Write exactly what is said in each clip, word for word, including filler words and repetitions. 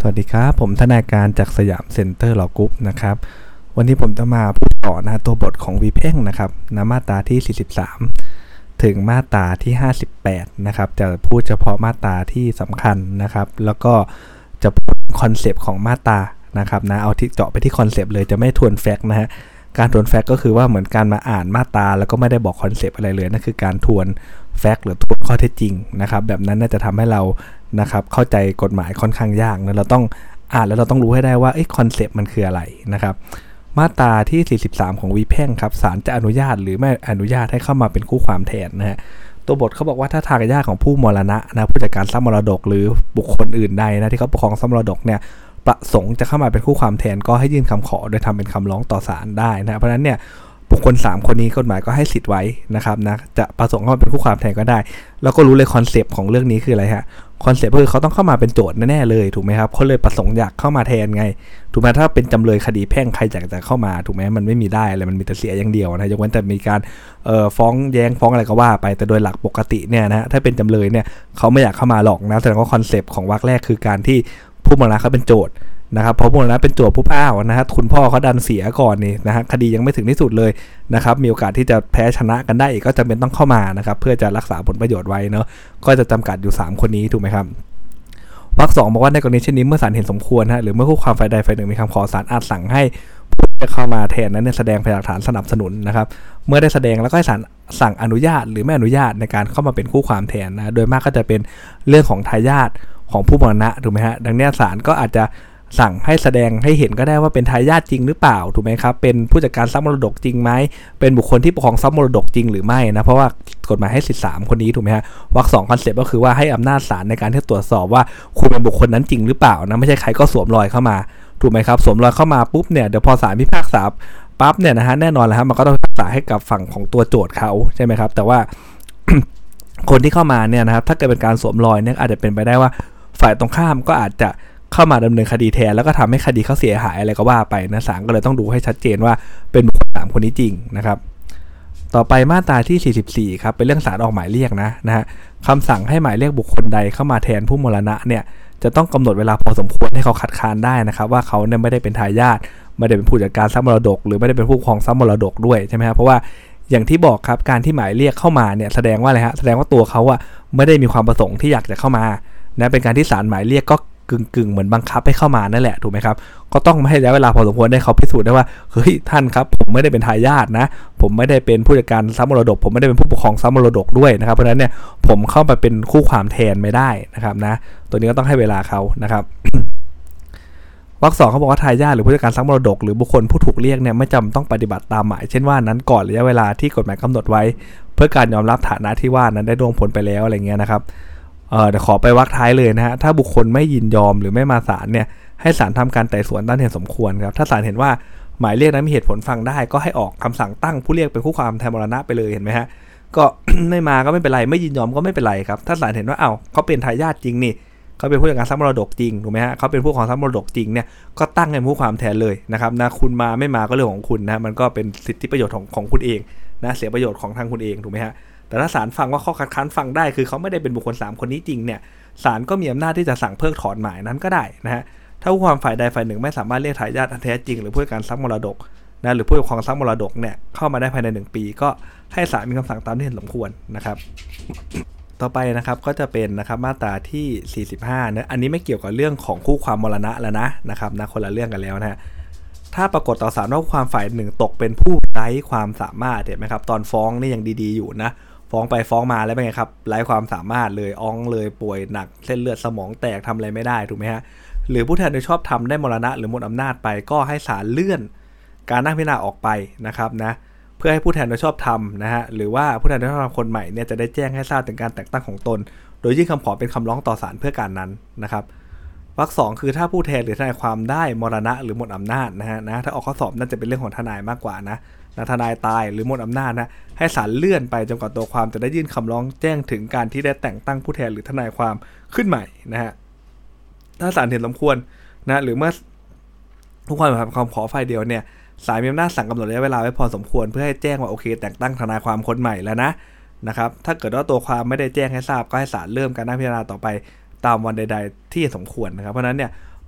สวัสดีครับผมธนาการจากสยามเซ็นเตอร์ลอกรุ๊ปนะครับวันนี้ผมจะมาพูดต่อนะตัวบทของวีเพ่งนะครับนะมาตราที่สี่สิบสามถึงมาตราที่ห้าสิบแปดนะครับจะพูดเฉพาะมาตราที่สำคัญนะครับแล้วก็จะพูดคอนเซปต์ของมาตรานะครับนะเอาที่เจาะไปที่คอนเซปต์เลยจะไม่ทวนแฟกต์นะฮะการทวนแฟกต์ก็คือว่าเหมือนการมาอ่านมาตราแล้วก็ไม่ได้บอกคอนเซปต์อะไรเลยนั่นคือการทวนแฟกต์หรือทวนข้อเท็จจริงนะครับแบบนั้นน่าจะทำให้เรานะครับเข้าใจกฎหมายค่อนข้างยากนะเราต้องอ่านแล้วเราต้องรู้ให้ได้ว่าคอนเซปต์มันคืออะไรนะครับมาตราที่สี่สิบสามของวีแพ่งครับศาลจะอนุญาตหรือไม่อนุญาตให้เข้ามาเป็นคู่ความแทนนะฮะตัวบทเขาบอกว่าถ้าทายาทของผู้มรณะนะผู้จัดการทรัพย์มรดกหรือบุคคลอื่นใดนะที่เขาปกครองทรัพย์มรดกเนี่ยประสงค์จะเข้ามาเป็นคู่ความแทนก็ให้ยื่นคำขอโดยทำเป็นคำร้องต่อศาลได้นะเพราะฉะนั้นเนี่ยบุคคลสามคนนี้กฎหมายก็ให้สิทธิ์ไว้นะครับนะจะประสงค์เข้ามาเป็นคู่ความแทนก็ได้แล้วก็รู้เลยคอนเซปต์ของเรื่องนี้คืออะไรฮะคอนเซปต์คือเขาต้องเข้ามาเป็นโจทย์แน่ๆเลยถูกไหมครับเขาเลยประสงค์อยากเข้ามาแทนไงถูกไหมถ้าเป็นจำเลยคดีแพ่งใครอยากจะเข้ามาถูกไหมมันไม่มีได้เลยมันมีแต่เสียอย่างเดียวนะยกเว้นแต่มีการเอ่อฟ้องแย้งฟ้องอะไรก็ว่าไปแต่โดยหลักปกติเนี่ยนะถ้าเป็นจำเลยเนี่ยเขาไม่อยากเข้ามาหรอกนะแสดงว่าคอนเซปต์ของวรรคแรกคือการที่ผู้มรณะเขาเป็นโจทย์นะครับพอผู้มรณะเป็นโจทย์ผู้อ้าวนะฮะคุณพ่อเขาดันเสียก่อนนี่นะฮะคดียังไม่ถึงที่สุดเลยนะครับมีโอกาสที่จะแพ้ชนะกันได้อีกก็จำเป็นต้องเข้ามานะครับเพื่อจะรักษาผลประโยชน์ไว้เนาะก็จะจำกัดอยู่สามคนนี้ถูกไหมครับวรรคสองบอกว่าในกรณีเช่นนี้เมื่อศาลเห็นสมควรฮะหรือเมื่อคู่ความฝ่ายใดฝ่ายหนึ่งมีคำขอศาลอาจสั่งให้ผู้ที่เข้ามาแทนนั้นแสดงพยานหลักฐานสนับสนุนนะครับเมื่อได้แสดงแล้วก็ให้ศาลสั่งอนุญาตหรือไม่อนุญาตในการเข้ามาเป็นคู่ความแทนนะโดยมากก็จะเป็นเรื่องของทายาทของผู้มรณะถูกไหมฮะดังนี้ศาลก็อาจจะสั่งให้แสดงให้เห็นก็ได้ว่าเป็นทายาทจริงหรือเปล่าถูกไหมครับเป็นผู้จัดการทรัพย์มรดกจริงไหมเป็นบุคคลที่ปกครองทรัพย์มรดกจริงหรือไม่นะเพราะว่ากฎหมายให้สิทธิสามคนนี้ถูกไหมฮะวรรคสองคอนเซ็ปต์ก็คือว่าให้อำนาจศาลในการที่ตรวจสอบว่าคุณเป็นบุคคลนั้นจริงหรือเปล่านะไม่ใช่ใครก็สวมรอยเข้ามาถูกไหมครับสวมรอยเข้ามาปุ๊บเนี่ยเดี๋ยวพอศาลพิพากษาปั๊บเนี่ยนะฮะแน่นอนแล้วครับมันก็ต้องพิพากษาให้กับฝั่งของตัวโจทก์เขาใช่ไหมครับแต่ว่า คนที่เข้ามาเนี่ยนะครับถ้าเกิดเป็นการสวมรอยเนี่ยอาจจะเป็นไปได้ว่าฝ่ายตรงข้ามก็อาจจะเข้ามาดำเนินคดีแทนแล้วก็ทำให้คดีเขาเสียหายอะไรก็ว่าไปนะศาลก็เลยต้องดูให้ชัดเจนว่าเป็นบุคคลสามคนนี้จริงนะครับต่อไปมาตราที่สี่สิบสี่ครับเป็นเรื่องศาลออกหมายเรียกนะนะฮะคำสั่งให้หมายเรียกบุคคลใดเข้ามาแทนผู้มรณะเนี่ยจะต้องกำหนดเวลาพอสมควรให้เขาคัดค้านได้นะครับว่าเขาเนี่ยไม่ได้เป็นทายาทไม่ได้เป็นผู้จัดการทรัพย์มรดกหรือไม่ได้เป็นผู้ปกครองทรัพย์มรดกด้วยใช่ไหมครับเพราะว่าอย่างที่บอกครับการที่หมายเรียกเข้ามาเนี่ยแสดงว่าอะไรฮะแสดงว่าตัวเขาอะไม่ได้มีความประสงค์ที่อยากจะเข้ามานะเป็นการที่ศาลหมายเรียกก็กึ่งๆเหมือนบังคับให้เข้ามานั่นแหละถูกไหมครับก็ต้องให้ระยะเวลาพอสมควรได้เขาพิสูจน์ได้ว่าเฮ้ยท่านครับผมไม่ได้เป็นทายาทนะผมไม่ได้เป็นผู้จัดการทรัพย์มรดกผมไม่ได้เป็นผู้ปกครองทรัพย์มรดกด้วยนะครับเพราะฉะนั้นเนี่ยผมเข้ามาเป็นคู่ความแทนไม่ได้นะครับนะตัวนี้ก็ต้องให้เวลาเขานะครับ วรรคสองเขาบอกว่าทายาทหรือผู้จัดการทรัพย์มรดกหรือบุคคลผู้ถูกเรียกเนี่ยไม่จำต้องปฏิบัติตามหมายเช่นว่านั้นก่อนระยะเวลาที่กฎหมายกำหนดไว้เพื่อการยอมรับฐานะที่ว่านั้นได้ล่วงพ้นไปแล้วอะไรเงี้ยนะครับเอ่อเดี๋ยวขอไปวรรคท้ายเลยนะฮะถ้าบุคคลไม่ยินยอมหรือไม่มาศาลเนี่ยให้ศาลทำการไต่สวนตามเหตุสมควรครับถ้าศาลเห็นว่าหมายเรียกนั้นมีเหตุผลฟังได้ก็ให้ออกคำสั่งตั้งผู้เรียกเป็นคู่ความแทนมรณะไปเลยเห็นไหมฮะก็ ไม่มาก็ไม่เป็นไรไม่ยินยอมก็ไม่เป็นไรครับถ้าศาลเห็นว่าอ้าวเขาเป็นทายาทจริงนี่เขาเป็นผู้จัดการทรัพย์มรดกจริงถูกไหมฮะเขาเป็นผู้ของทรัพย์มรดกจริงเนี่ยก็ตั้งเป็นผู้ความแทนเลยนะครับนะคุณมาไม่มาก็เรื่องของคุณนะมันก็เป็นสิทธิประโยชน์ของของคุณเองนะเสียประโยชน์ของทางคุณเองถูกไหมฮะแต่ถ้าศาลฟังว่าข้อคัดค้านฟังได้คือเขาไม่ได้เป็นบุคคลสามคนนี้จริงเนี่ยศาลก็มีอำนาจที่จะสั่งเพิกถอนหมายนั้นก็ได้นะฮะถ้าผู้ความฝ่ายใดฝ่ายหนึ่งไม่สามารถเรียกทายาทอันแท้จริงหรือผู้จัดการทรัพย์มรดกนะหรือผู้ปกครองทรัพย์มรดกเนี่ยเข้ามาได้ภายในหนึ่งปีก็ให้ศาลมีคำสั่งตามที่เห็นสมควรนะครับต่อไปนะครับก็จะเป็นนะครับมาตราที่สี่สิบห้านะอันนี้ไม่เกี่ยวกับเรื่องของคู่ความมรณะแล้วนะนะครับนะคนละเรื่องกันแล้วนะฮะถ้าปรากฏต่อศาลว่าความฝ่ายหนึ่งตกเป็นผู้ไร้ความสามารถเห็นไหมครับตอนฟ้องนี่ยังดีๆอยู่นะฟ้องไปฟ้องมาแล้วเป็นไงครับไร้ความสามารถเลยอ้องเลยป่วยหนักเส้นเลือดสมองแตกทำอะไรไม่ได้ถูกไหมฮะหรือผู้แทนโดยชอบทำได้มรณะหรือหมดอำนาจไปก็ให้ศาลเลื่อนการนั่งพิจารณาออกไปนะครับนะเพื่อให้ผู้แทนโดยชอบทำนะฮะหรือว่าผู้แทนโดยชอบทำคนใหม่เนี่ยจะได้แจ้งให้ทราบถึงการแต่งตั้งของตนโดยยื่นคำขอเป็นคำร้องต่อศาลเพื่อการนั้นนะครับวรรคสองคือถ้าผู้แทนหรือทนายความได้มรณะหรือหมดอำนาจนะฮะนะถ้าออกข้อสอบน่าจะเป็นเรื่องของทนายมากกว่านะนะทนายตายหรือหมดอำนาจนะให้ศาลเลื่อนไปจนกว่าตัวความจะได้ยื่นคำร้องแจ้งถึงการที่ได้แต่งตั้งผู้แทนหรือทนายความขึ้นใหม่นะฮะถ้าศาลเห็นสมควรนะหรือเมื่อผู้ความทำคำขอฝ่ายเดียวเนี่ยศาลมีอำนาจสั่งกำหนดระยะเวลาไว้พอสมควรเพื่อให้แจ้งว่าโอเคแต่งตั้งทนายความคนใหม่แล้วนะนะครับถ้าเกิดว่าตัวความไม่ได้แจ้งให้ทราบก็ให้ศาลเริ่มการนั่งพิจารณาต่อไปตามวันใดๆที่สมควรนะครับเพราะนั้นเนี่ย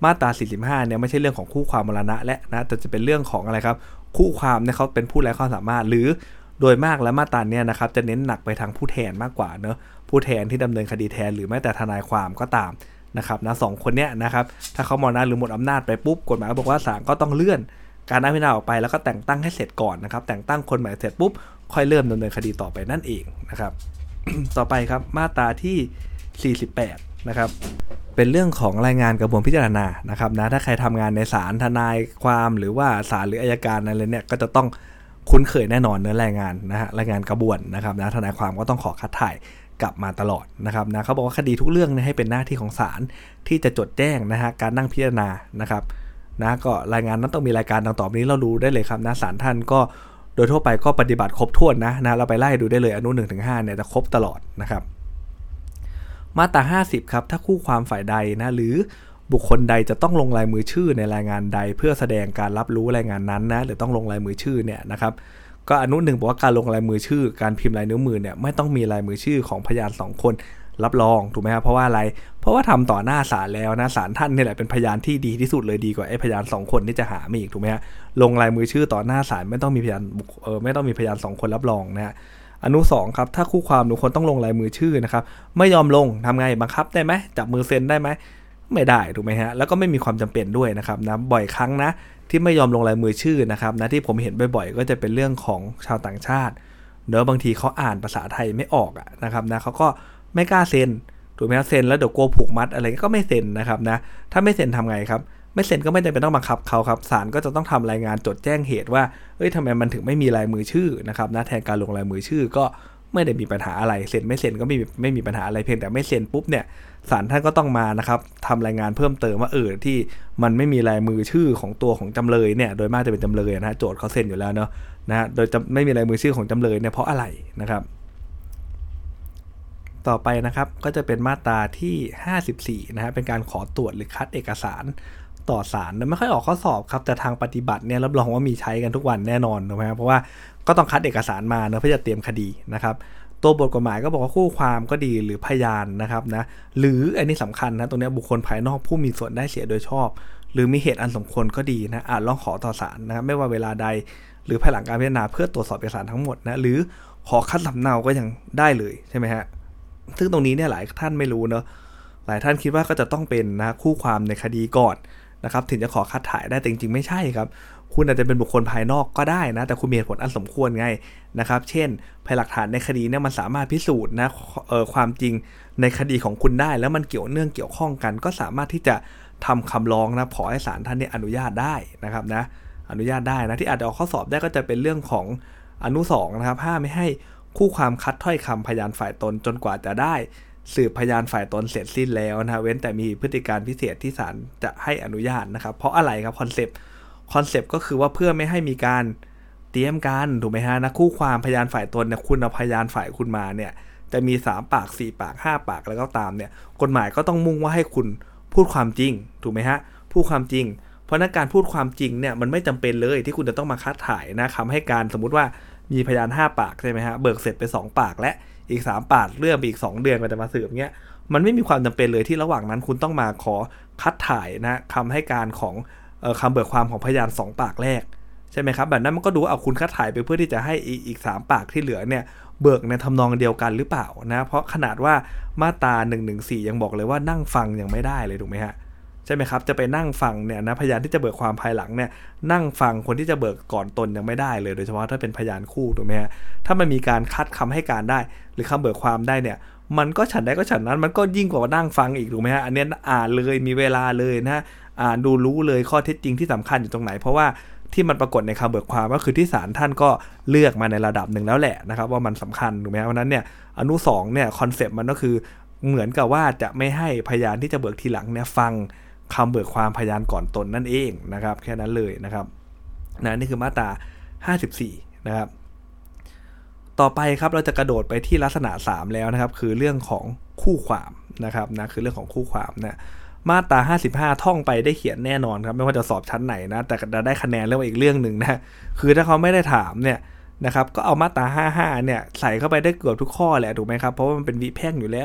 มาตราสี่สิบห้าเนี่ยไม่ใช่เรื่องของคู่ความมรณะและนะแต่จะเป็นเรื่องของอะไรครับคู่ความเนี่ยเขาเป็นผู้ไร้ความสามารถหรือโดยมากแล้วมาตราเนี่ยนะครับจะเน้นหนักไปทางผู้แทนมากกว่าเนอะผู้แทนที่ดำเนินคดีแทนหรือแม้แต่ทนายความก็ตามนะครับนะสองคนเนี้ยนะครับถ้าเขามรณะหรือหมดอำนาจไปปุ๊บกฎหมายบอกว่าศาลก็ต้องเลื่อนการนัดพิจารณาออกไปแล้วก็แต่งตั้งให้เสร็จก่อนนะครับแต่งตั้งคนใหม่เสร็จปุ๊บค่อยเริ่มดำเนินคดีต่อไปนั่นเองนะครับ ต่อไปครับมาตราที่สี่สิบแปดนะครับเป็นเรื่องของรายงานกระบวนพิจารณานะครับนะถ้าใครทำงานในศาลทนายความหรือว่าศาลหรืออัยการอะไรเนี่ยก็จะต้องคุ้นเคยแน่นอนเนื้อรายงานนะฮะรายงานกระบวนนะครับนะทนายความก็ต้องขอคัดถ่ายกลับมาตลอดนะครับนะเขาบอกว่าคดีทุกเรื่องเนี่ยให้เป็นหน้าที่ของศาลที่จะจดแจ้งนะฮะการนั่งพิจารณานะครับนะก็รายงานนั้นต้องมีรายการดังต่อไปนี้เราดูได้เลยครับนะศาลท่านก็โดยทั่วไปก็ปฏิบัติครบถ้วนนะนะเราไปไล่ดูได้เลยอนุ หนึ่งถึงห้าเนี่ยจะครบตลอดนะครับมาตราห้าสิบครับถ้าคู่ความฝ่ายใดนะหรือบุคคลใดจะต้องลงลายมือชื่อในรายงานใดเพื่อแสดงการรับรู้รายงานนั้นนะหรือต้องลงลายมือชื่อเนี่ยนะครับก็อนุหนึ่งบอกว่าการลงลายมือชื่อการพิมพ์ลายนิ้วมือเนี่ยไม่ต้องมีลายมือชื่อของพยานสองคนรับรองถูกไหมครับเพราะว่าอะไรเพราะว่าทำต่อหน้าศาลแล้วนะศาลท่านนี่แหละเป็นพยานที่ดีที่สุดเลยดีกว่าไอ้พยานสองคนที่จะหาไม่อีกถูกไหมฮะลงลายมือชื่อต่อหน้าศาลไม่ต้องมีพยานเออไม่ต้องมีพยานสองคนรับรองนะฮะอนุสองครับถ้าคู่ความทุกคนต้องลงลายมือชื่อนะครับไม่ยอมลงทำไงบังคับได้ไหมจับมือเซ็นได้ไหมไม่ได้ถูกไหมฮะแล้วก็ไม่มีความจำเป็นด้วยนะครับนะบ่อยครั้งนะที่ไม่ยอมลงลายมือชื่อนะครับนะที่ผมเห็นบ่อยๆก็จะเป็นเรื่องของชาวต่างชาติเนอะบางทีเขาอ่านภาษาไทยไม่ออกอะนะครับนะเขาก็ไม่กล้าเซ็นถูกไหมครับเซ็นแล้วเดี๋ยวกลัวผูกมัดอะไรก็ไม่เซ็นนะครับนะถ้าไม่เซ็นทำไงครับไม่เซ็นก็ไม่จำเป็นต้องบังคับเขาครับศาลก็จะต้องทำรายงานจดแจ้งเหตุว่าเอ้ยทำไมมันถึงไม่มีลายมือชื่อนะครับนะแทนการลงลายมือชื่อก็ไม่ได้มีปัญหาอะไรเซ็นไม่เซ็นก็ไม่ไม่มีปัญหาอะไรเพียงแต่ไม่เซ็นปุ๊บเนี่ยศาลท่านก็ต้องมานะครับทำรายงานเพิ่มเติมว่าเออที่มันไม่มีลายมือชื่อของตัวของจำเลยเนี่ยโดยมากจะเป็นจำเลยนะฮะโจทย์เขาเซ็นอยู่แล้วเนาะนะฮะโดยไม่มีลายมือชื่อของจำเลยเนี่ยเพราะอะไรนะครับต่อไปนะครับก็จะเป็นมาตราที่ห้าสิบสี่นะฮะเป็นการขอตรวจหรือคัดเอกสารต่อศาลไม่ค่อยออกข้อสอบครับแต่ทางปฏิบัติเนี่ยรับรองว่ามีใช้กันทุกวันแน่นอนถูกไหมครับเพราะว่าก็ต้องคัดเอกสารมาเนอะเพื่อจะเตรียมคดีนะครับตัวบทกฎหมายก็บอกว่าคู่ความก็ดีหรือพยานนะครับนะหรืออันนี้สำคัญนะตรงนี้บุคคลภายนอกผู้มีส่วนได้เสียโดยชอบหรือมีเหตุอันสมควรก็ดีนะอาจร้องขอต่อศาลนะครับไม่ว่าเวลาใดหรือภายหลังการพิจารณาเพื่อตรวจสอบเอกสารทั้งหมดนะหรือขอคัดสำเนาก็ยังได้เลยใช่ไหมฮะซึ่งตรงนี้เนี่ยหลายท่านไม่รู้เนอะหลายท่านคิดว่าก็จะต้องเป็นนะคู่ความในคดีก่อนนะครับถึงจะขอคัดถ่ายได้แต่จริงๆไม่ใช่ครับคุณอาจจะเป็นบุคคลภายนอกก็ได้นะแต่คุณมีเหตุผลอันสมควรไงนะครับเช่นพยหลักฐานในคดีเนี่ยมันสามารถพิสูจน์นะเอ่อความจริงในคดีของคุณได้แล้วมันเกี่ยวเนื่องเกี่ยวข้องกันก็สามารถที่จะทำคำร้องนะขอให้ศาลท่านเนี่ยอนุญาตได้นะครับนะอนุญาตได้นะที่อาจจะออกข้อสอบได้ก็จะเป็นเรื่องของอนุสองนะครับห้ามไม่ให้คู่ความคัดถ้อยคำพยานฝ่ายตนจนกว่าจะได้สืบพยานฝ่ายตนเสร็จสิ้นแล้วนะเว้นแต่มีพฤติการพิเศษที่ศาลจะให้อนุญาตนะครับเพราะอะไรครับคอนเซปต์คอนเซปต์ก็คือว่าเพื่อไม่ให้มีการเตรียมกันถูกไหมฮะนะคู่ความพยานฝ่ายตนเนี่ยคุณเอาพยานฝ่ายคุณมาเนี่ยจะมีสามปากสี่ปากห้าปากแล้วก็ตามเนี่ยกฎหมายก็ต้องมุ่งว่าให้คุณพูดความจริงถูกไหมฮะพูดความจริงเพราะนักการพูดความจริงเนี่ยมันไม่จำเป็นเลยที่คุณจะต้องมาคัดถ่ายนะคำให้การสมมุติว่ามีพยานห้าปากใช่ไหมฮะเบิกเสร็จไปสองปากและอีกสามปากเลื่อนไปอีกสองเดือนมันจะมาสืบเงี้ยมันไม่มีความจำเป็นเลยที่ระหว่างนั้นคุณต้องมาขอคัดถ่ายนะคำให้การของเอ่อคำเบิกความของพยานสองปากแรกใช่ไหมครับแบบนั้นมันก็ดูเอาคุณคัดถ่ายไปเพื่อที่จะให้อีกสามปากที่เหลือเนี่ยเบิกในทำนองเดียวกันหรือเปล่านะเพราะขนาดว่ามาตราหนึ่งหนึ่งสี่ยังบอกเลยว่านั่งฟังยังไม่ได้เลยถูกไหมฮะใช่ไหมครับจะไปนั่งฟังเนี่ยนะพยานที่จะเบิกความภายหลังเนี่ยนั่งฟังคนที่จะเบิกก่อนตนยังไม่ได้เลยโดยเฉพาะถ้าเป็นพยานคู่ถูกไหมฮะถ้ามันมีการคัดคำให้การได้หรือคำเบิกความได้เนี่ยมันก็ฉันได้ก็ฉันนั้นมันก็ยิ่งกว่านั่งฟังอีกถูกไหมฮะอันนี้อ่านเลยมีเวลาเลยนะอ่านดูรู้เลยข้อเท็จจริงที่สำคัญอยู่ตรงไหนเพราะว่าที่มันปรากฏในคำเบิกความก็คือที่ศาลท่านก็เลือกมาในระดับหนึ่งแล้วแหละนะครับว่ามันสำคัญถูกไหมเพราะนั้นเนี่ยอนุสองเนี่ยคอนเซปต์มันก็คือเหมือนกับว่าจะไม่ให้พยานที่จะเบิกทีหลังเนี่ยฟังคำเบิกความพยานก่อนตนนั่นเองนะครับแค่นั้นเลยนะครับนะนี่คือมาตราห้าสิบสี่นะครับต่อไปครับเราจะกระโดดไปที่ลักษณะสามแล้วนะครับคือเรื่องของคู่ความนะครับนะคือเรื่องของคู่ความนะมาตราห้าสิบห้าท่องไปได้เขียนแน่นอนครับไม่ว่าจะสอบชั้นไหนนะแต่จะได้คะแนนเรื่องอีกเรื่องนึงนะคือถ้าเขาไม่ได้ถามเนี่ยนะครับก็เอามาตราห้าสิบห้าเนี่ยใส่เข้าไปได้เกือบทุกข้อแหละถูกไหมครับเพราะว่ามันเป็นวิแพ่งอยู่แล้ว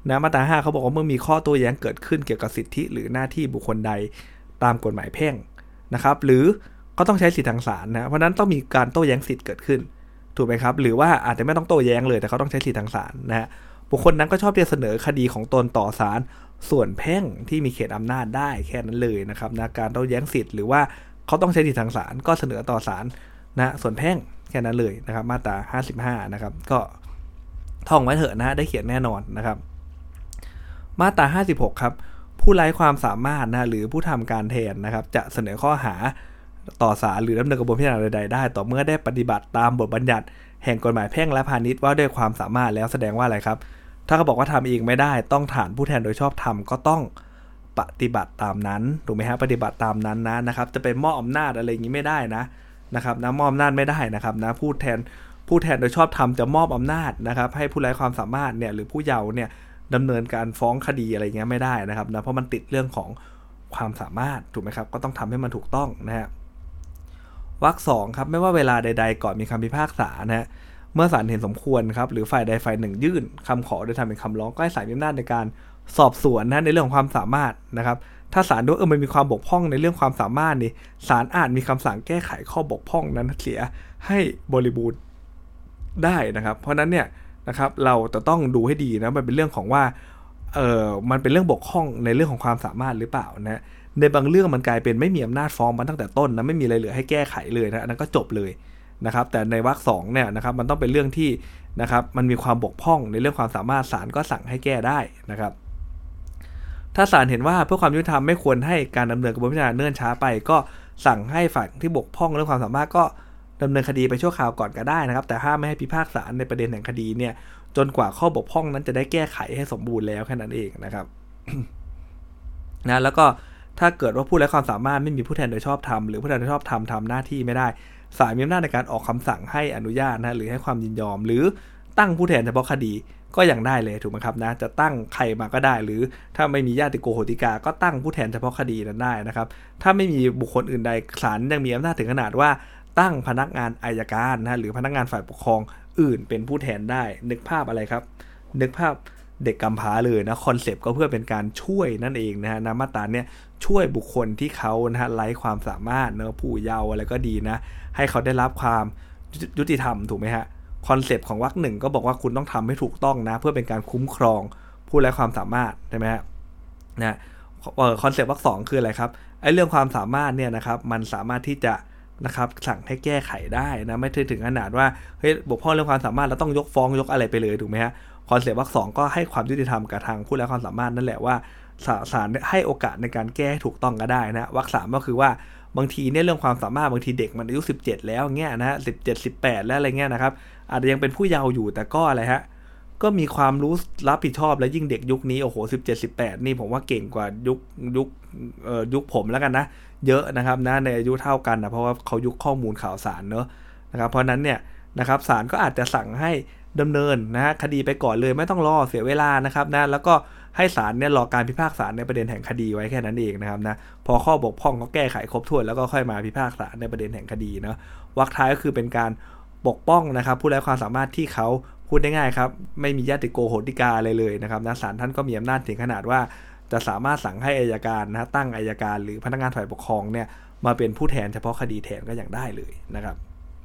นะมาตราห้าเขาบอกว่าเมื่อมีข้อโต้แย้งเกิดขึ้นเกี่ยวกับสิทธิหรือหน้าที่บุคคลใดตามกฎหมายแพ่งนะครับหรือก็ต้องใช้สิทธิทางศาลนะเพราะนั้นต้องมีการโต้แย้งสิทธิ์เกิดขึ้นถูกไหมครับหรือว่าอาจจะไม่ต้องโต้แย้งเลยแต่เขาต้องใช้สิทธิทางศาลนะฮะบุคคลนั้นก็ชอบที่จะเสนอคดีของตนต่อศาลส่วนแพ่งที่มีเขตอำนาจได้แค่นั้นเลยนะครับนะการโต้แย้งสิทธิ์หรือว่าเขาต้องใช้สิทธิทางศาลก็เสนอต่อศาลนะส่วนแพ่งแค่นั้นเลยนะครับมาตราห้าสิบห้านะครับก็ท่องไว้เถอะนะได้เขียนแน่นอนนะครับมาตราห้าสิบหกครับผู้ไร้ความสามารถนะหรือผู้ทำการแทนนะครับจะเสนอข้อหาต่อศาลหรือดำเนินกระบวนการพิจารณาใดๆได้ต่อเมื่อได้ปฏิบัติตามบทบัญญัติแห่งกฎหมายแพ่งและพาณิชย์ว่าด้วยความสามารถแล้วแสดงว่าอะไรครับถ้าเขาบอกว่าทำเองไม่ได้ต้องฐานผู้แทนโดยชอบธรรมก็ต้องปฏิบัติตามนั้นถูกไหมฮะปฏิบัติตามนั้นนะนะครับจะไปมอบอำนาจอะไรอย่างนี้ไม่ได้นะนะครับนะมอบอำนาจไม่ได้นะครับนะผู้แทนผู้แทนโดยชอบธรรมจะมอบอำนาจนะครับให้ผู้ไร้ความสามารถเนี่ยหรือผู้เยาว์เนี่ยดำเนินการฟ้องคดีอะไรเงี้ยไม่ได้นะครับนะเพราะมันติดเรื่องของความสามารถถูกไหมครับก็ต้องทำให้มันถูกต้องนะฮะวรรคสองครับไม่ว่าเวลาใดๆก่อนมีคำพิพากษานะฮะเมื่อศาลเห็นสมควรครับหรือฝ่ายใดฝ่ายหนึ่งยื่นคำขอโดยทำเป็นคำร้องก็ให้ศาลมีอำนาจในการสอบสวนนะในเรื่องของความสามารถนะครับถ้าศาลดูเออมันมีความบกพร่องในเรื่องความสามารถนี่ศาลอาจมีคำสั่งแก้ไขข้อบกพร่องนั้นเสียให้บริบูรณ์ได้นะครับเพราะนั้นเนี่ยนะครับเราจะต้องดูให้ดีนะมันเป็นเรื่องของว่าเออมันเป็นเรื่องบกพร่องในเรื่องของความสามารถหรือเปล่านะในบางเรื่องมันกลายเป็นไม่มีอำนาจฟ้องมันตั้งแต่ต้นนะไม่มีอะไรเหลือให้แก้ไขเลยนะอันนั้นก็จบเลยนะครับแต่ในวรรคสองเนี่ยนะครับมันต้องเป็นเรื่องที่นะครับมันมีความบกพร่องในเรื่องความสามารถศาลก็สั่งให้แก้ได้นะครับถ้าศาลเห็นว่าเพื่อความยุติธรรมไม่ควรให้การดำเนินกระบวนการพิจารณาเนื่นช้าไปก็สั่งให้ฝ่ายที่บกพร่องเรื่องความสามารถก็ดำเนินคดีไปชั่วคราวก่อนก็ได้นะครับแต่ห้ามไม่ให้พิพากษาในประเด็นแห่งคดีเนี่ยจนกว่าข้อบกพร่องนั้นจะได้แก้ไขให้สมบูรณ์แล้วแค่นั้นเองนะครับ นะแล้วก็ถ้าเกิดว่าผู้ไร้ความสามารถไม่มีผู้แทนโดยชอบธรรมหรือผู้แทนโดยชอบธรรมทำหน้าที่ไม่ได้ศาลมีอำนาจในการออกคำสั่งให้อนุญาตนะหรือให้ความยินยอมหรือตั้งผู้แทนเฉพาะคดีก็ยังได้เลยถูกไหมครับนะจะตั้งใครมาก็ได้หรือถ้าไม่มีญาติโกโหติกาก็ตั้งผู้แทนเฉพาะคดีนั้นได้นะครับถ้าไม่มีบุคคลอื่นใดศาลยังมีอำนาจถึงขนาดว่าตั้งพนักงานอัยการนะหรือพนักงานฝ่ายปกครองอื่นเป็นผู้แทนได้นึกภาพอะไรครับนึกภาพเด็กกำพร้าเลยนะคอนเซปต์ก็เพื่อเป็นการช่วยนั่นเองนะฮะนะมาตราเนี่ยช่วยบุคคลที่เขานะฮะไร้ความสามารถเนะผู้เยาว์อะไรก็ดีนะให้เขาได้รับความยุติธรรมถูกไหมฮะคอนเซปต์ของวรรคหนึ่งก็บอกว่าคุณต้องทำให้ถูกต้องนะเพื่อเป็นการคุ้มครองผู้ไร้ความสามารถใช่ไหมฮะนะคอนเซปต์วรรคสองคืออะไรครับไอ้เรื่องความสามารถเนี่ยนะครับมันสามารถที่จะนะครับสั่งให้แก้ไขได้นะไม่ถึงขนาดว่าเฮ้ยบกพร่องเรื่องความสามารถเราต้องยกฟ้องยกอะไรไปเลยถูกไหมฮะคอนเซปต์วรรคสองก็ให้ความยุติธรรมกับทางผู้ไร้ความสามารถนั่นแหละว่าศาลให้โอกาสในการแก้ให้ถูกต้องก็ได้นะวรรคสามก็คือว่าบางทีเนี่ยเรื่องความสามารถบางทีเด็กมันอายุสิบเจ็ดแล้วเงี้ยนะฮะสิบเจ็ด สิบแปดแล้วอะไรเงี้ยนะครับอาจจะยังเป็นผู้เยาว์อยู่แต่ก็อะไรฮะก็มีความรู้รับผิดชอบและยิ่งเด็กยุคนี้โอ้โหสิบเจ็ด สิบแปดนี่ผมว่าเก่งกว่ายุคยุคเอ่อยุคผมแล้วกันนะเยอะนะครับนะในอายุเท่ากันนะเพราะว่าเขายุคข้อมูลข่าวสารเนอะนะครับเพราะนั้นเนี่ยนะครับศาลก็อาจจะสั่งให้ดำเนินนะฮะคดีไปก่อนเลยไม่ต้องรอเสียเวลานะครับนะแล้วก็ให้ศาลเนี่ยรอการพิพากษาในประเด็นแห่งคดีไว้แค่นั้นเองนะครับนะพอข้อบกพร่องเขาแก้ไขครบถ้วนแล้วก็ค่อยมาพิพากษาในประเด็นแห่งคดีเนาะวรรคท้ายก็คือเป็นการปกป้องนะครับผู้ไร้ความสามารถที่เขาพูดได้ง่ายครับไม่มีญาติโกโหติกาอะไรเลยนะครับนะศาลท่านก็มีอำนาจถึงขนาดว่าจะสามารถสั่งให้อัยการนะตั้งอัยการหรือพนักงานฝ่ายปกครองเนี่ยมาเป็นผู้แทนเฉพาะคดีแทนก็อย่างได้เลยนะครับ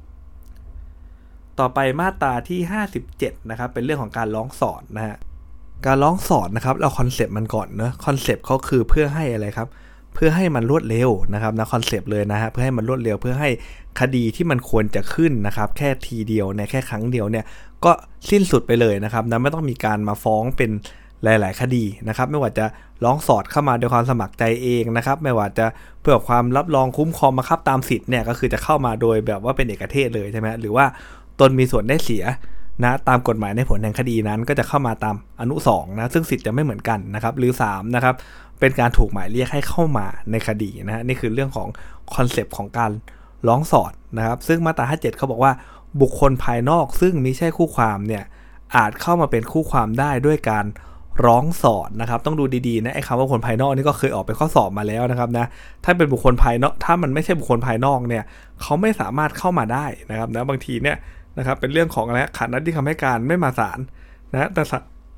ต่อไปมาตราที่ห้าสิบเจ็ดนะครับเป็นเรื่องของการร้องสอนนะฮะการร้องสอนนะครับเอาคอนเซปต์มันก่อนเนอะคอนเซปต์เขาคือเพื่อให้อะไรครับเพื่อให้มันรวดเร็วนะครับนะคอนเซปต์เลยนะฮะเพื่อให้มันรวดเร็วเพื่อให้คดีที่มันควรจะขึ้นนะครับแค่ทีเดียวในแค่ครั้งเดียวเนี่ยก็สิ้นสุดไปเลยนะครับนะไม่ต้องมีการมาฟ้องเป็นหลายๆคดีนะครับไม่ว่าจะร้องสอดเข้ามาโดยความสมัครใจเองนะครับไม่ว่าจะเพื่อความรับรองคุ้มครองบังคับตามสิทธิ์เนี่ยก็คือจะเข้ามาโดยแบบว่าเป็นเอกเทศเลยใช่ไหมหรือว่าตนมีส่วนได้เสียนะตามกฎหมายในผลแห่งคดีนั้นก็จะเข้ามาตามอนุสองนะซึ่งสิทธิ์จะไม่เหมือนกันนะครับหรือสามนะครับเป็นการถูกหมายเรียกให้เข้ามาในคดีนะฮะนี่คือเรื่องของคอนเซปต์ของการร้องสอดนะครับซึ่งมาตราห้าสิบเจ็ดเขาบอกว่าบุคคลภายนอกซึ่งไม่ใช่คู่ความเนี่ยอาจเข้ามาเป็นคู่ความได้ด้วยการร้องสอดนะครับต้องดูดีๆนะไอ้คำว่าบุคคลภายนอกนี่ก็เคยออกไปข้อสอบมาแล้วนะครับนะถ้าเป็นบุคคลภายนอกถ้ามันไม่ใช่บุคคลภายนอกเนี่ยเขาไม่สามารถเข้ามาได้นะครับนะบางทีเนี่ยนะครับเป็นเรื่องของอะไรขัดนัดที่คำให้การไม่มาศาลนะแต่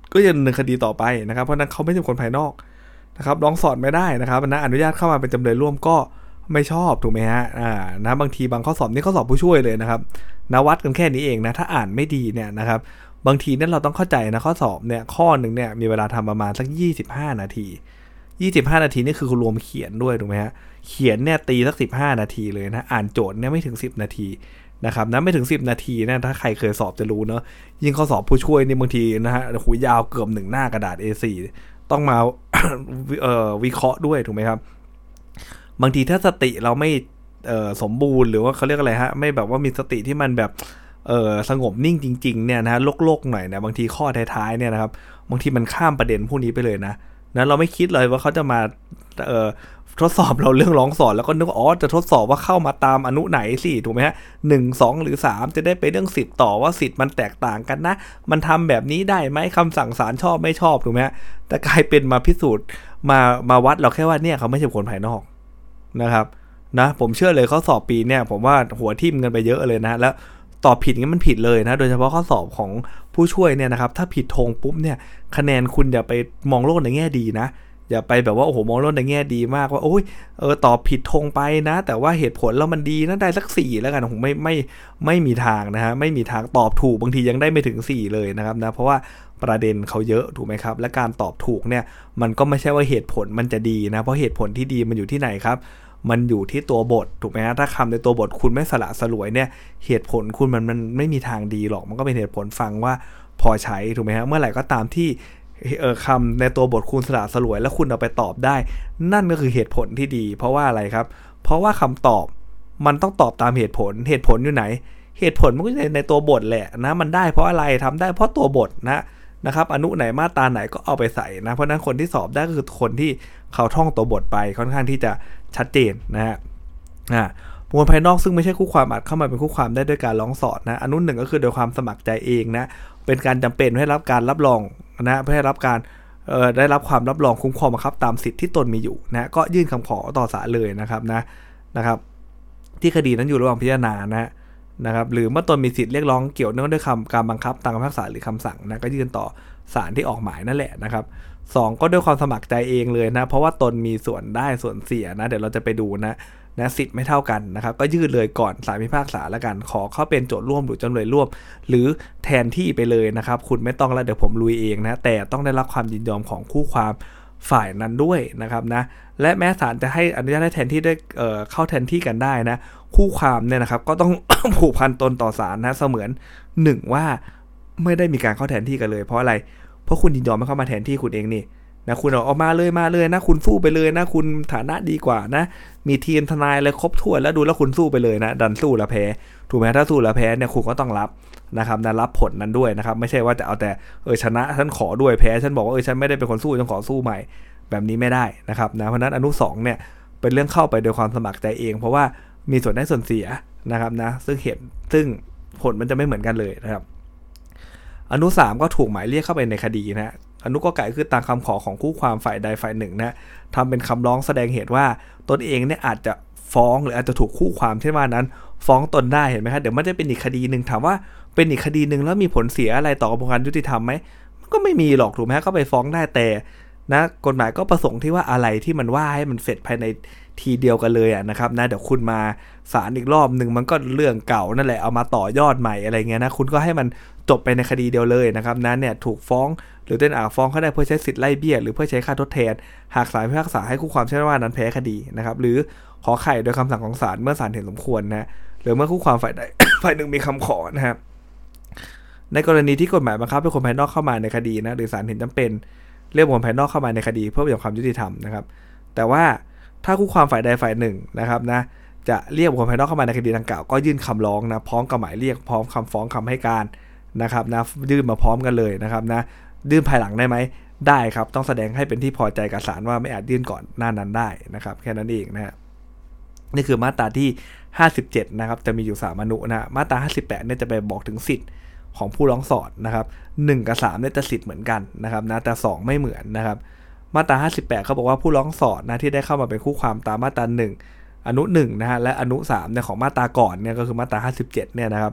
ก็ยังดำเนินคดีต่อไปนะครับเพราะนั้นเขาไม่ใช่คนภายนอกนะครับร้องสอดไม่ได้นะครับนะอนุญาตเข้ามาเป็นจำเลยร่วมก็ไม่ชอบถูกไหมฮะอ่านะบางทีบางข้อสอบนี่ข้อสอบผู้ช่วยเลยนะครับนะวัดกันแค่นี้เองนะถ้าอ่านไม่ดีเนี่ยนะครับบางทีเนี่ยเราต้องเข้าใจนะข้อสอบเนี่ยข้อหนึ่งเนี่ยมีเวลาทำประมาณสักยี่สิบห้านาทียี่สิบห้านาทีนี่คือรวมเขียนด้วยถูกไหมฮะเขียนเนี่ยตีสักสิบห้านาทีเลยนะอ่านโจทย์เนี่ยไม่ถึงสิบนาทีนะครับนะไม่ถึงสิบนาทีนะถ้าใครเคยสอบจะรู้เนาะยิ่งข้อสอบผู้ช่วยนี่บางทีนะฮะหูยาวเกือบหนึ่งหน้ากระดาษ เอ โฟร์ ต้องมา เอ่อวิเคราะห์ด้วยถูกไหมครับบางทีถ้าสติเราไม่เอ่อสมบูรณ์หรือว่าเขาเรียกอะไรฮะไม่แบบว่ามีสติที่มันแบบเอ่อสงบนิ่งจริงๆเนี่ยนะโลกๆหน่อยเนี่ยบางทีข้อท้ายๆเนี่ยนะครับบางทีมันข้ามประเด็นพวกนี้ไปเลยนะนะเราไม่คิดเลยว่าเขาจะมาเอ่อทดสอบเราเรื่องร้องสอนแล้วก็นึกว่าอ๋อจะทดสอบว่าเข้ามาตามอนุไหนสิถูกไหมฮะหนึ่ง สองหรือสามจะได้ไปเรื่องสิทธิ์ต่อว่าสิทธิ์มันแตกต่างกันนะมันทำแบบนี้ได้ไหมคำสั่งศาลชอบไม่ชอบถูกไหมฮะแต่กลายเป็นมาพิสูจน์มามาวัดเราแค่ว่าเนี่ยเขาไม่ใช่คนภายนอกนะครับนะผมเชื่อเลยข้อสอบปีเนี่ยผมว่าหัวทิ่มกันไปเยอะเลยนะแล้วตอบผิดงั้นมันผิดเลยนะโดยเฉพาะข้อสอบของผู้ช่วยเนี่ยนะครับถ้าผิดธงปุ๊บเนี่ยคะแนนคุณอย่าไปมองโลกในแง่ดีนะอย่าไปแบบว่าโอ้โหมองโลกในแง่ดีมากว่าโอ้ยเออตอบผิดธงไปนะแต่ว่าเหตุผลแล้วมันดีนะได้สักสี่แล้วกันผมไม่ไม่ไม่มีทางนะฮะไม่มีทางตอบถูกบางทียังได้ไม่ถึงสี่เลยนะครับนะเพราะว่าประเด็นเขาเยอะถูกไหมครับและการตอบถูกเนี่ยมันก็ไม่ใช่ว่าเหตุผลมันจะดีนะเพราะเหตุผลที่ดีมันอยู่ที่ไหนครับมันอยู่ที่ตัวบทถูกไหมฮะถ้าคำในตัวบทคุณไม่สละสลวยเนี่ยเหตุผลคุณมันมันไม่มีทางดีหรอกมันก็เป็นเหตุผลฟังว่าพอใช้ถูกไหมฮะเมื่อไหร่ก็ตามที่เออคำในตัวบทคุณสละสลวยแล้วคุณเอาไปตอบได้นั่นก็คือเหตุผลที่ดีเพราะว่าอะไรครับเพราะว่าคำตอบมันต้องตอบตามเหตุผลเหตุผลอยู่ไหนเหตุผลมันก็ในในตัวบทแหละนะมันได้เพราะอะไรทำได้เพราะตัวบทนะนะครับอนุไหนมาตราไหนก็เอาไปใส่นะเพราะนั้นคนที่สอบได้ก็คือคนที่เขาท่องตัวบทไปค่อนข้างที่จะชัดเจนนะฮะอ่าบุคคลภายนอกซึ่งไม่ใช่คู่ความอาจเข้ามาเป็นคู่ความได้ด้วยการร้องสอดนะอนุหนึ่งก็คือโดยความสมัครใจเองนะเป็นการจำเป็นให้รับการรับรองนะเพื่อให้รับการเอ่อได้รับความรับรองคุ้มครองบังคับตามสิทธิที่ตนมีอยู่นะก็ยื่นคำขอต่อศาลเลยนะครับนะนะครับที่คดีนั้นอยู่ระหว่างพิจารณานะนะครับหรือเมื่อตนมีสิทธิ์เรียกร้องเกี่ยวเนื่องด้วยคำการบังคับตามคำพิพากษาหรือคำสั่งนะก็ยื่นต่อศาลที่ออกหมายนั่นแหละนะครับสองก็ด้วยความสมัครใจเองเลยนะเพราะว่าตนมีส่วนได้ส่วนเสียนะเดี๋ยวเราจะไปดูนะนะสิทธิ์ไม่เท่ากันนะครับก็ยื่นเลยก่อนศาลพิพากษาแล้วกันขอเข้าเป็นโจทย์ร่วมหรือจำเลยร่วมหรือแทนที่ไปเลยนะครับคุณไม่ต้องแล้วเดี๋ยวผมลุยเองนะแต่ต้องได้รับความยินยอมของคู่ความฝ่ายนั้นด้วยนะครับนะและแม้ศาลจะให้อนุญาตให้แทนที่ได้เอ่อเข้าแทนที่กันได้นะคู่ความเนี่ยนะครับก็ต้อง ผูกพันตนต่อศาลนะเสมือนหนึ่งว่าไม่ได้มีการเข้าแทนที่กันเลยเพราะอะไรเพราะคุณยินยอมให้เข้ามาแทนที่คุณเองนี่นะคุณเอาออกมาเลยมาเลยนะคุณสู้ไปเลยนะคุณฐานะดีกว่านะมีทีมทนายเลยครบถ้วนแล้วดูแล้วคุณสู้ไปเลยนะดันสู้แล้วแพ้ถูกไหมถ้าสู้แล้วแพ้เนี่ยคุณก็ต้องรับนะครับนะรับผลนั้นด้วยนะครับไม่ใช่ว่าจะเอาแต่เออชนะฉันขอด้วยแพ้ฉันบอกว่าเออฉันไม่ได้เป็นคนสู้ฉันขอสู้ใหม่แบบนี้ไม่ได้นะครับนะเพราะนั้นอนุสองเนี่ยเป็นเรื่องเข้าไปโดยความสมัครใจเองเพราะว่ามีส่วนได้ส่วนเสียนะครับนะซึ่งเหตุซึ่งผลมันจะไม่เหมือนกันเลยนะครับอนุสามก็ถูกหมายเรียกเข้าไปในคดีนะอนุก็ไก่คือตามคำขอของคู่ความฝ่ายใดฝ่ายหนึ่งนะทำเป็นคำร้องแสดงเหตุว่าตนเองเนี่ยอาจจะฟ้องหรืออาจจะถูกคู่ความเช่นว่านั้นฟ้องตนได้เห็นไหมครับเดี๋ยวมันจะเป็นอีกคดีหนึ่งถามว่าเป็นอีกคดีหนึ่งแล้วมีผลเสียอะไรต่อกระบวนการยุติธรรมไหมมันก็ไม่มีหรอกถูกไหมก็ไปฟ้องได้แต่นะกฎหมายก็ประสงค์ที่ว่าอะไรที่มันว่าให้มันเสร็จภายในทีเดียวกันเลยอ่ะนะครับนะเดี๋ยวคุณมาศาลอีกรอบหนึ่งมันก็เรื่องเก่านั่นแหละเอามาต่อยอดใหม่อะไรเงี้ยนะคุณก็ให้มันจบไปในคดีเดียวเลยนะครับนั้นเนี่ยถูกฟ้องหรือเป็นอาจฟ้องเขาได้เพื่อใช้สิทธิ์ไล่เบี้ยหรือเพื่อใช้ค่าทดแทนหากศาลพิพากษาให้คู่ความเช่นว่านั้นแพ้คดีนะครับหรือขอไข่โดยคำสั่งของศาลเมื่อศาลเห็นสมควรนะหรือเมื่อคู่ความฝ่ายใด ฝ่ายหนึ่งมีคำขอนะครับในกรณีที่กฎหมายบังคับให้คนภายนอกเข้ามาในคดีนะหรือศาลเห็นจำเป็นเรียกบุคคลภายนอกเข้ามาในคดีเพื่อประโยชน์ความยุติธรรมนะครับแต่ว่าถ้าคู่ความฝ่ายใดฝ่ายหนึ่งนะครับนะจะเรียกบุคคลภายนอกเข้ามาในคดีดังกล่าวก็ยื่นคำร้องนะพร้อมกับหมายเรียกพร้อมคำฟ้องคำให้การนะครับนะยื่นมาพร้อมกันเลยนะครับนะยื่นภายหลังได้ไหมได้ครับต้องแสดงให้เป็นที่พอใจกับศาลว่าไม่อาจยื่นก่อนหน้านั้นได้นะครับแค่นั้นเองนะฮะนี่คือมาตราที่ห้าสิบเจ็ดนะครับจะมีอยู่สามอนุนะมาตราห้าสิบแปดเนี่ยจะไปบอกถึงสิทธิ์ของผู้ร้องสอดนะครับหนึ่งกับสามเนี่ยจะสิทธิ์เหมือนกันนะครับนะแต่สองไม่เหมือนนะครับมาตราห้าสิบแปดเขาบอกว่าผู้ร้องสอดนะที่ได้เข้ามาเป็นคู่ความตามมาตราหนึ่งอนุหนึ่งนะฮะและอนุสามเนี่ยของมาตราก่อนเนี่ยก็คือมาตราห้าสิบเจ็ดเนี่ยนะครับ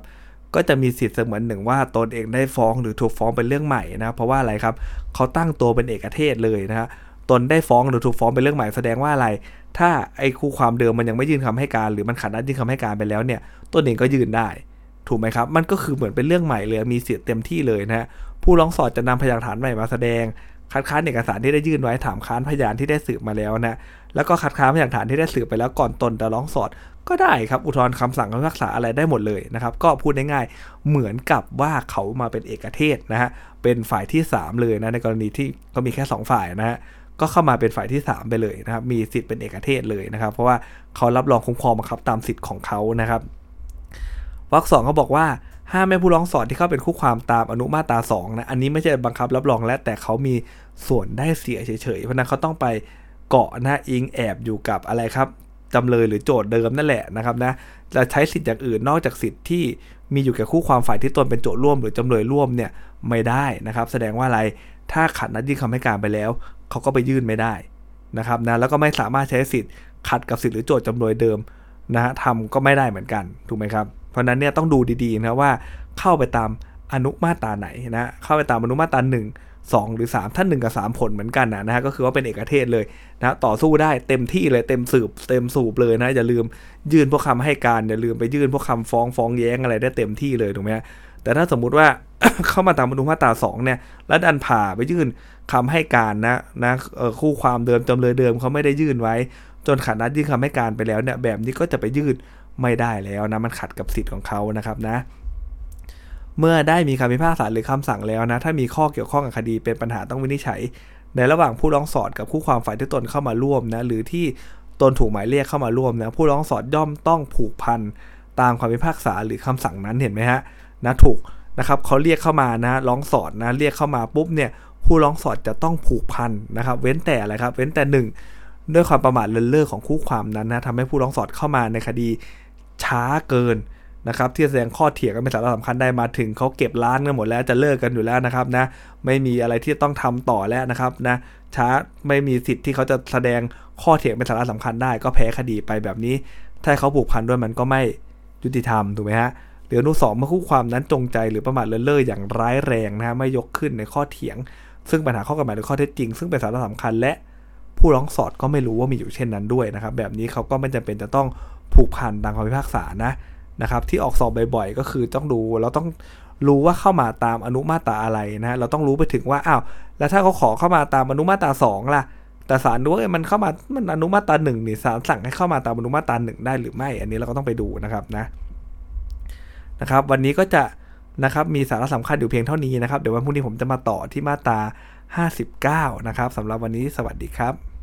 ก็จะมีสิทธิ์เสมือนหนึ่งว่าตนเองได้ฟ้องหรือถูกฟ้องเป็นเรื่องใหม่นะเพราะว่าอะไรครับเขาตั้งตัวเป็นเอกเทศเลยนะฮะตนได้ฟ้องหรือถูกฟ้องเป็นเรื่องใหม่แสดงว่าอะไรถ้าไอ้คู่ความเดิมมันยังไม่ยื่นคำให้การหรือมันขัดนัดยื่นคำให้การไปแล้วเนี่ยตนเองก็ยื่นได้ถูกไหมครับมันก็คือเหมือนเป็นเรื่องใหม่เลยมีสิทธิ์เต็มที่เลยนะฮะผู้ร้องสอดจะนำพยานหลักฐานใหม่มาแสดงคัดค้านเอกสารที่ได้ยื่นไว้ถามค้านพยานที่ได้สืบมาแล้วนะแล้วก็คัดค้านพยานหลักฐานที่ได้สืบไปแล้วก่อนตนจะร้องสอดก็ได้ครับอุทธรณ์คำสั่งคำพิพากษาอะไรได้หมดเลยนะครับก็พูดง่ายๆเหมือนกับว่าเขามาเป็นเอกเทศนะฮะเป็นฝ่ายที่สามเลยนะในกรณีที่ก็มีแค่สองฝ่ายนะฮะก็เข้ามาเป็นฝ่ายที่สามไปเลยนะครับมีสิทธิ์เป็นเอกเทศเลยนะครับเพราะว่าเขารับรองคุ้มครองบังคับตามสิทธิ์ของเขานะครับวรรคสองเขาบอกว่าห้ามแม่ผู้ร้องสอดที่เข้าเป็นคู่ความตามอนุมาตราสองนะอันนี้ไม่ใช่บังคับรับรองและแต่เขามีส่วนได้เสียเฉยๆเพราะนั้นเขาต้องไปเกาะนะอิงแอบอยู่กับอะไรครับจำเลยหรือโจทย์เดิมนั่นแหละนะครับนะจะใช้สิทธิ์อย่างอื่นนอกจากสิทธิ์ที่มีอยู่แก่คู่ความฝ่ายที่ตนเป็นโจทย์ร่วมหรือจำเลยร่วมเนี่ยไม่ได้นะครับแสดงว่าอะไรถ้าขัดนัดยื่นคำให้การไปแล้วเขาก็ไปยื่นไม่ได้นะครับนะแล้วก็ไม่สามารถใช้สิทธิ์ขัดกับสิทธิ์หรือโจทย์จำเลยเดิมนะฮะทำก็ไม่ได้เหมือนกันถูกไหมครับเพราะนั้นเนี่ยต้องดูดีๆนะว่าเข้าไปตามอนุมาตราไหนนะเข้าไปตามอนุมาตราหนึ่ง สองหรือสามถ้าหนึ่งกับสามผลเหมือนกันนะนะฮะก็คือว่าเป็นเอกเทศเลยนะต่อสู้ได้เต็มที่เลยเต็มสืบเต็มสูบเลยนะอย่าลืมยื่นพวกคำให้การอย่าลืมไปยื่นพวกคำฟ้องฟ้องแย้งอะไรได้เต็มที่เลยถูกไหมฮะแต่ถ้าสมมุติว่า เข้ามาตามอนุมาตราสองเนี่ยแล้วดันผ่าไปยื่นคำให้การนะนะคู่ความเดิมจำเลยเดิมเขาไม่ได้ยื่นไว้จนขัดนัดยื่นคำให้การไปแล้วเนี่ยแบบนี้ก็จะไปยื่นไม่ได้แล้วนะมันขัดกับสิทธิ์ของเขานะครับนะเมื่อได้มีคำพิพากษาหรือคำสั่งแล้วนะถ้ามีข้อเกี่ยวข้องกับคดีเป็นปัญหาต้องวินิจฉัยในระหว่างผู้ร้องสอดกับคู่ความฝ่ายที่ตนเข้ามาร่วมนะหรือที่ตนถูกหมายเรียกเข้ามาร่วมนะผู้ร้องสอดย่อมต้องผูกพันตามคำพิพากษาหรือคำสั่งนั้นเห็นไหมฮะนะถูกนะครับเขาเรียกเข้ามานะร้องสอดนะเรียกเข้ามาปุ๊บเนี่ยผู้ร้องสอดจะต้องผูกพันนะครับเว้นแต่อะไรครับเว้นแต่หนึ่งด้วยความประมาทเลินเล่อของคู่ความนั้นนะทำให้ผู้ร้องสอดเข้ามาในคดีช้าเกินนะครับที่แสดงข้อเถียงกันเป็นสาระสำคัญได้มาถึงเขาเก็บร้านกันหมดแล้วจะเลิกกันอยู่แล้วนะครับนะไม่มีอะไรที่ต้องทำต่อแล้วนะครับนะช้าไม่มีสิทธิ์ที่เขาจะแสดงข้อเถียงเป็นสาระสำคัญได้ก็แพ้คดีไปแบบนี้ถ้าเขาผูกพันด้วยมันก็ไม่ยุติธรรมถูกไหมฮะหรืออนุสองเมื่อคู่ความนั้นจงใจหรือประมาทเลินเล่ออย่างร้ายแรงนะฮะไม่ยกขึ้นในข้อเถียงซึ่งปัญหาข้อกฎหมายหรือข้อเท็จจริงซึ่งเป็นสาระสำคัญและผู้ร้องสอดก็ไม่รู้ว่ามีอยู่เช่นนั้นด้วยนะครับแบบนี้เขาก็ไม่จำเป็นจะต้องผูกพันตามคำพิพากษานะนะครับที่ออกสอบบ่อยๆก็คือต้องดูเราต้องรู้ว่าเข้ามาตามอนุมาตราอะไรนะเราต้องรู้ไปถึงว่าอ้าวแล้วถ้าเขาขอเข้ามาตามอนุมาตราสองล่ะแต่ศาลดูว่ามันเข้ามามันอนุมาตราหนึ่งนี่ศาลสั่งให้เข้ามาตามอนุมาตราหนึ่งได้หรือไม่อันนี้เราก็ต้องไปดูนะครับนะนะครับวันนี้ก็จะนะครับมีสาระสำคัญอยู่เพียงเท่านี้นะครับเดี๋ยววันพรุ่งนี้ผมจะมาต่อที่มาตราห้าสิบเก้านะครับสำหรับวันนี้สวัสดีครับ